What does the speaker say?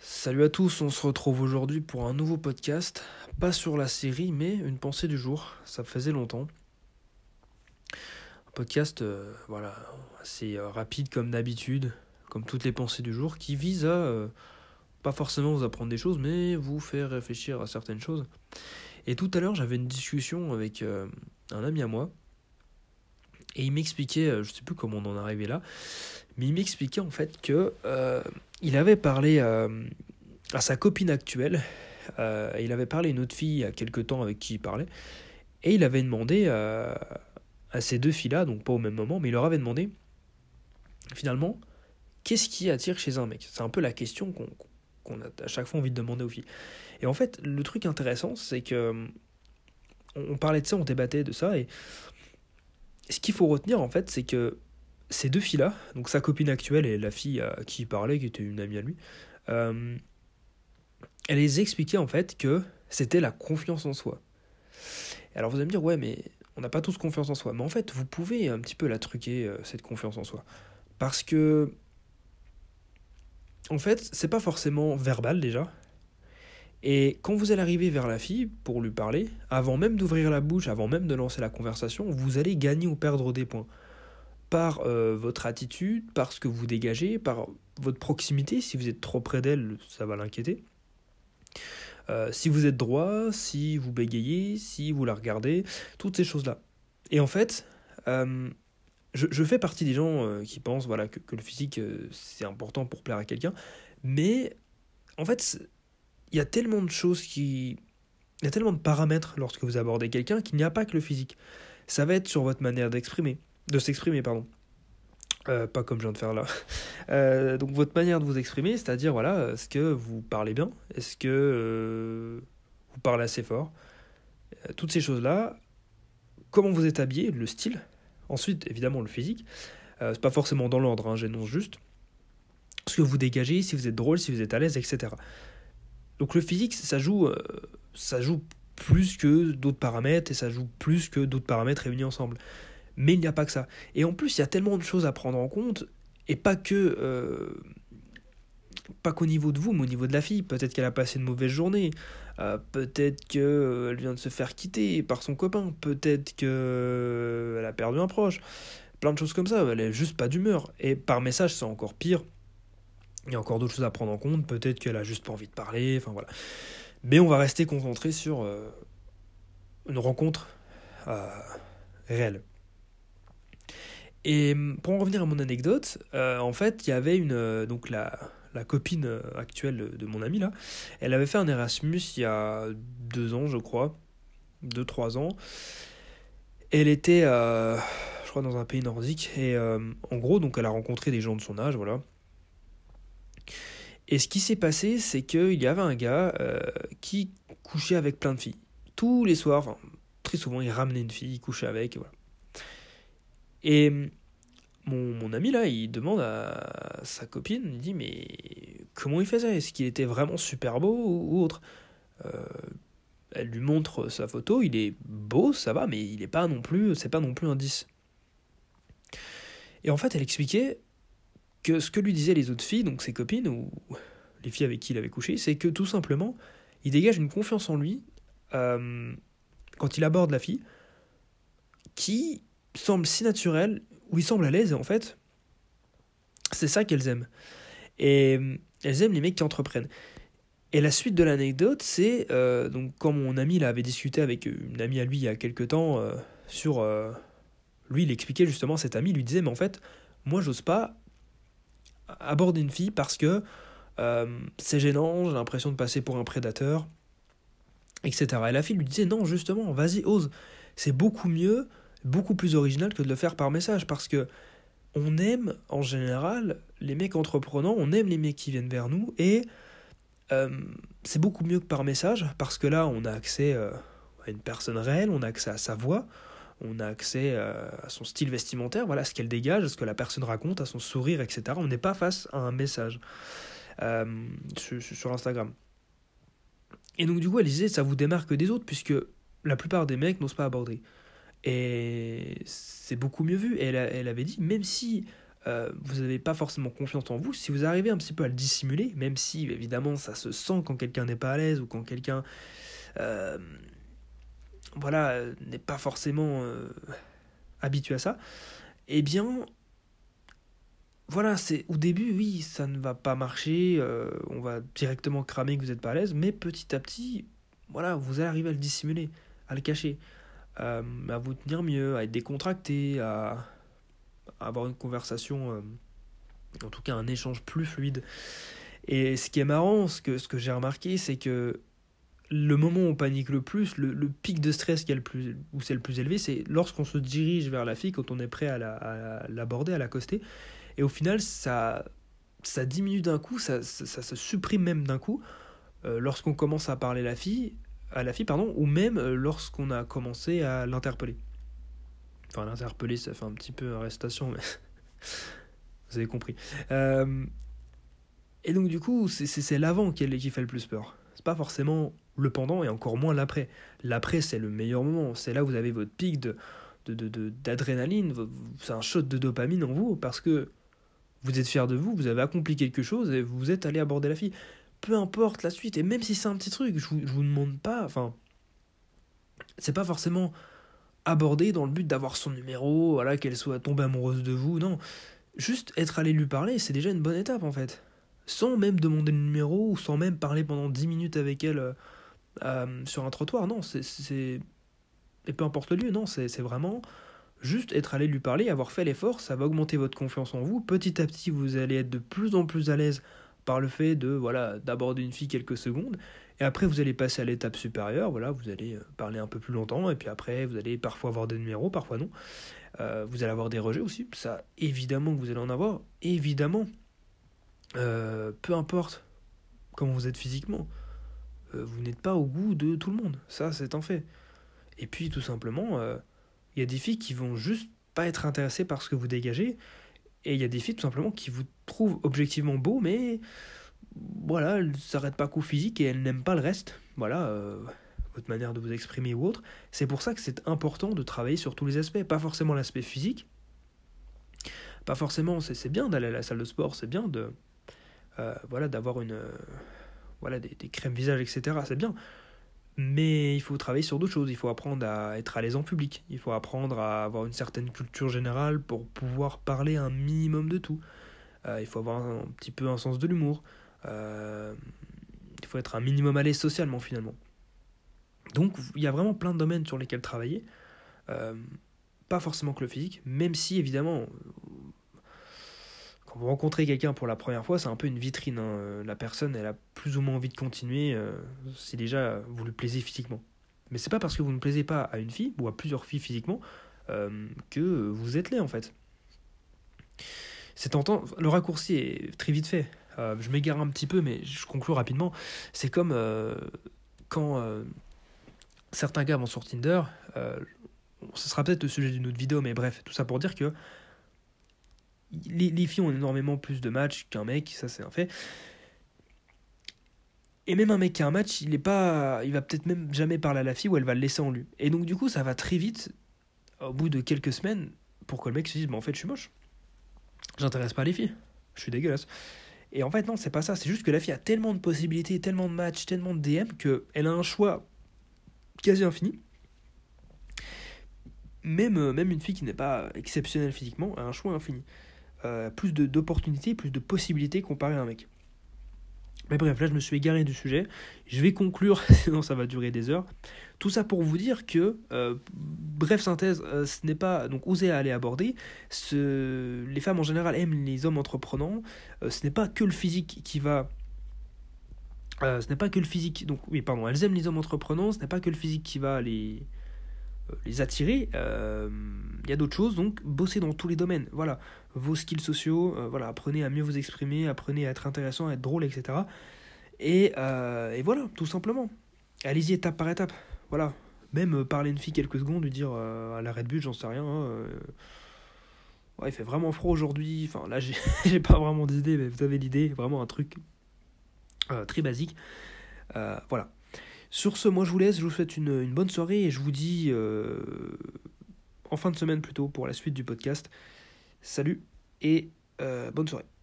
Salut à tous, on se retrouve aujourd'hui pour un nouveau podcast, pas sur la série mais une pensée du jour, ça faisait longtemps. Un podcast assez rapide comme d'habitude, comme toutes les pensées du jour, qui vise à pas forcément vous apprendre des choses mais vous faire réfléchir à certaines choses. Et tout à l'heure j'avais une discussion avec un ami à moi et il m'expliquait, je sais plus comment on en est arrivé là, mais il m'expliquait en fait que il avait parlé à sa copine actuelle. Il avait parlé à une autre fille il y a quelques temps avec qui il parlait, et il avait demandé à ces deux filles-là, donc pas au même moment, mais il leur avait demandé, finalement, qu'est-ce qui attire chez un mec. C'est un peu la question qu'on a à chaque fois envie de demander aux filles. Et en fait, le truc intéressant, c'est que on parlait de ça, on débattait de ça, et ce qu'il faut retenir, en fait, c'est que ces deux filles-là, donc sa copine actuelle et la fille à qui il parlait, qui était une amie à lui, euh, elle les expliquait en fait que c'était la confiance en soi. Alors vous allez me dire, ouais, mais on n'a pas tous confiance en soi. Mais en fait, vous pouvez un petit peu la truquer, cette confiance en soi. Parce que, en fait, c'est pas forcément verbal déjà. Et quand vous allez arriver vers la fille pour lui parler, avant même d'ouvrir la bouche, avant même de lancer la conversation, vous allez gagner ou perdre des points. Par votre attitude, par ce que vous dégagez, par votre proximité. Si vous êtes trop près d'elle, ça va l'inquiéter. Si vous êtes droit, si vous bégayez, si vous la regardez, toutes ces choses-là. Et en fait, je fais partie des gens qui pensent voilà, que le physique, c'est important pour plaire à quelqu'un, mais en fait, il y a tellement de choses qui... Il y a tellement de paramètres lorsque vous abordez quelqu'un qu'il n'y a pas que le physique. Ça va être sur votre manière de s'exprimer, pardon. Pas comme je viens de faire là. Donc votre manière de vous exprimer, c'est-à-dire voilà, est-ce que vous parlez bien, est-ce que vous parlez assez fort, toutes ces choses-là, comment vous êtes habillé, le style, ensuite évidemment le physique, c'est pas forcément dans l'ordre, hein, j'énonce juste, ce que vous dégagez, si vous êtes drôle, si vous êtes à l'aise, etc. Donc le physique, ça joue plus que d'autres paramètres et ça joue plus que d'autres paramètres réunis ensemble. Mais il n'y a pas que ça. Et en plus, il y a tellement de choses à prendre en compte, et pas qu'au niveau de vous, mais au niveau de la fille. Peut-être qu'elle a passé une mauvaise journée, peut-être qu'elle vient de se faire quitter par son copain, peut-être qu'elle a perdu un proche, plein de choses comme ça, elle est juste pas d'humeur. Et par message, c'est encore pire. Il y a encore d'autres choses à prendre en compte, peut-être qu'elle a juste pas envie de parler, enfin voilà. Mais on va rester concentré sur une rencontre euh, réelle. Et pour en revenir à mon anecdote, en fait, il y avait donc la copine actuelle de mon ami là, elle avait fait un Erasmus il y a 2 ans, je crois, 2-3 ans. Elle était, je crois, dans un pays nordique, et en gros, donc elle a rencontré des gens de son âge, voilà. Et ce qui s'est passé, c'est qu'il y avait un gars qui couchait avec plein de filles. Tous les soirs, enfin, très souvent, il ramenait une fille, il couchait avec, et voilà. Et mon ami là, il demande à sa copine, il dit mais comment il faisait? Est-ce qu'il était vraiment super beau ou autre? euh, Elle lui montre sa photo, il est beau, ça va, mais il est pas non plus, c'est pas non plus un 10. Et en fait, elle expliquait que ce que lui disaient les autres filles, donc ses copines ou les filles avec qui il avait couché, c'est que tout simplement, il dégage une confiance en lui euh, quand il aborde la fille qui semble si naturelle, où il semble à l'aise, et en fait, c'est ça qu'elles aiment. Et elles aiment les mecs qui entreprennent. Et la suite de l'anecdote, c'est donc quand mon ami là, avait discuté avec une amie à lui il y a quelques temps sur... lui, il expliquait justement, cet ami lui disait, mais en fait, moi, j'ose pas aborder une fille parce que c'est gênant, j'ai l'impression de passer pour un prédateur, etc. Et la fille lui disait, non, justement, vas-y, ose. C'est beaucoup mieux, beaucoup plus original que de le faire par message, parce que on aime, en général, les mecs entreprenants, on aime les mecs qui viennent vers nous, et euh, c'est beaucoup mieux que par message, parce que là, on a accès à une personne réelle, on a accès à sa voix, on a accès à son style vestimentaire, voilà, ce qu'elle dégage, ce que la personne raconte, à son sourire, etc. On n'est pas face à un message sur Instagram. Et donc, du coup, elle disait, ça vous démarque des autres, puisque la plupart des mecs n'osent pas aborder. Et c'est beaucoup mieux vu. Et elle avait dit, même si vous n'avez pas forcément confiance en vous, si vous arrivez un petit peu à le dissimuler, même si évidemment ça se sent quand quelqu'un n'est pas à l'aise ou quand quelqu'un n'est pas forcément habitué à ça, eh bien voilà, c'est au début, oui, ça ne va pas marcher, on va directement cramer que vous n'êtes pas à l'aise, mais petit à petit, voilà, vous allez arriver à le dissimuler, à le cacher, à vous tenir mieux, à être décontracté, à avoir une conversation, en tout cas un échange plus fluide. Et ce qui est marrant, ce que j'ai remarqué, c'est que le moment où on panique le plus, le pic de stress où c'est le plus élevé, c'est lorsqu'on se dirige vers la fille, quand on est prêt à l'aborder, à l'accoster. Et au final, ça diminue d'un coup, ça se supprime même d'un coup, lorsqu'on commence à parler à la fille, ou même lorsqu'on a commencé à l'interpeller. Enfin, l'interpeller, ça fait un petit peu arrestation, mais vous avez compris. Et donc, du coup, c'est l'avant qui fait le plus peur. C'est pas forcément le pendant et encore moins l'après. L'après, c'est le meilleur moment. C'est là où vous avez votre pic d'adrénaline, c'est un shot de dopamine en vous, parce que vous êtes fier de vous, vous avez accompli quelque chose et vous êtes allé aborder la fille. Peu importe la suite, et même si c'est un petit truc, je vous demande pas, enfin, c'est pas forcément aborder dans le but d'avoir son numéro, voilà, qu'elle soit tombée amoureuse de vous, non. Juste être allé lui parler, c'est déjà une bonne étape en fait. Sans même demander le numéro, ou sans même parler pendant 10 minutes avec elle sur un trottoir, non, et peu importe le lieu, non, c'est vraiment juste être allé lui parler, avoir fait l'effort, ça va augmenter votre confiance en vous. Petit à petit, vous allez être de plus en plus à l'aise par le fait d'aborder une fille quelques secondes. Et après, vous allez passer à l'étape supérieure. Voilà, vous allez parler un peu plus longtemps. Et puis après, vous allez parfois avoir des numéros, parfois non. Vous allez avoir des rejets aussi. Ça, évidemment que vous allez en avoir. Évidemment. Peu importe comment vous êtes physiquement. Vous n'êtes pas au goût de tout le monde. Ça, c'est un fait. Et puis, tout simplement... il y a des filles qui vont juste pas être intéressées par ce que vous dégagez, et il y a des filles tout simplement qui vous trouvent objectivement beau, mais voilà, elles ne s'arrêtent pas qu'au physique et elles n'aiment pas le reste. Voilà, votre manière de vous exprimer ou autre. C'est pour ça que c'est important de travailler sur tous les aspects, pas forcément l'aspect physique, pas forcément, c'est bien d'aller à la salle de sport, c'est bien d'avoir des crèmes visage, etc. C'est bien. Mais il faut travailler sur d'autres choses, il faut apprendre à être à l'aise en public, il faut apprendre à avoir une certaine culture générale pour pouvoir parler un minimum de tout. Il faut avoir un petit peu un sens de l'humour, il faut être un minimum à l'aise socialement finalement. Donc il y a vraiment plein de domaines sur lesquels travailler, pas forcément que le physique, même si évidemment... Quand vous rencontrez quelqu'un pour la première fois, c'est un peu une vitrine. La personne, elle a plus ou moins envie de continuer si déjà vous lui plaisez physiquement. Mais c'est pas parce que vous ne plaisez pas à une fille ou à plusieurs filles physiquement que vous êtes laid en fait. C'est tentant. Le raccourci est très vite fait. Je m'égare un petit peu, mais je conclue rapidement. C'est comme quand certains gars vont sur Tinder. Ce sera peut-être le sujet d'une autre vidéo, mais bref, tout ça pour dire que les filles ont énormément plus de matchs qu'un mec, ça c'est un fait. Et même un mec qui a un match, il va peut-être même jamais parler à la fille ou elle va le laisser en lui. Et donc du coup, ça va très vite, au bout de quelques semaines, pour que le mec se dise, en fait, je suis moche. J'intéresse pas les filles. Je suis dégueulasse. Et en fait, non, c'est pas ça. C'est juste que la fille a tellement de possibilités, tellement de matchs, tellement de DM, qu'elle a un choix quasi infini. Même une fille qui n'est pas exceptionnelle physiquement a un choix infini. Plus d'opportunités, plus de possibilités comparé à un mec. Mais bref, là je me suis égaré du sujet. Je vais conclure, sinon ça va durer des heures. Tout ça pour vous dire que, bref synthèse, ce n'est pas, donc osez aller aborder. Les femmes en général aiment les hommes entreprenants. Ce n'est pas que le physique qui va... ce n'est pas que le physique, donc oui pardon, elles aiment les hommes entreprenants, ce n'est pas que le physique qui va les attirer, il y a d'autres choses, donc bossez dans tous les domaines, voilà, vos skills sociaux, voilà, apprenez à mieux vous exprimer, apprenez à être intéressant, à être drôle, etc. Et voilà, tout simplement, allez-y étape par étape, voilà, même parler à une fille quelques secondes, lui dire à l'arrêt de but, j'en sais rien, ouais, il fait vraiment froid aujourd'hui, enfin là j'ai pas vraiment d'idée, mais vous avez l'idée, vraiment un truc très basique, voilà. Sur ce, moi je vous laisse, je vous souhaite une bonne soirée et je vous dis en fin de semaine plutôt pour la suite du podcast. Salut! et bonne soirée.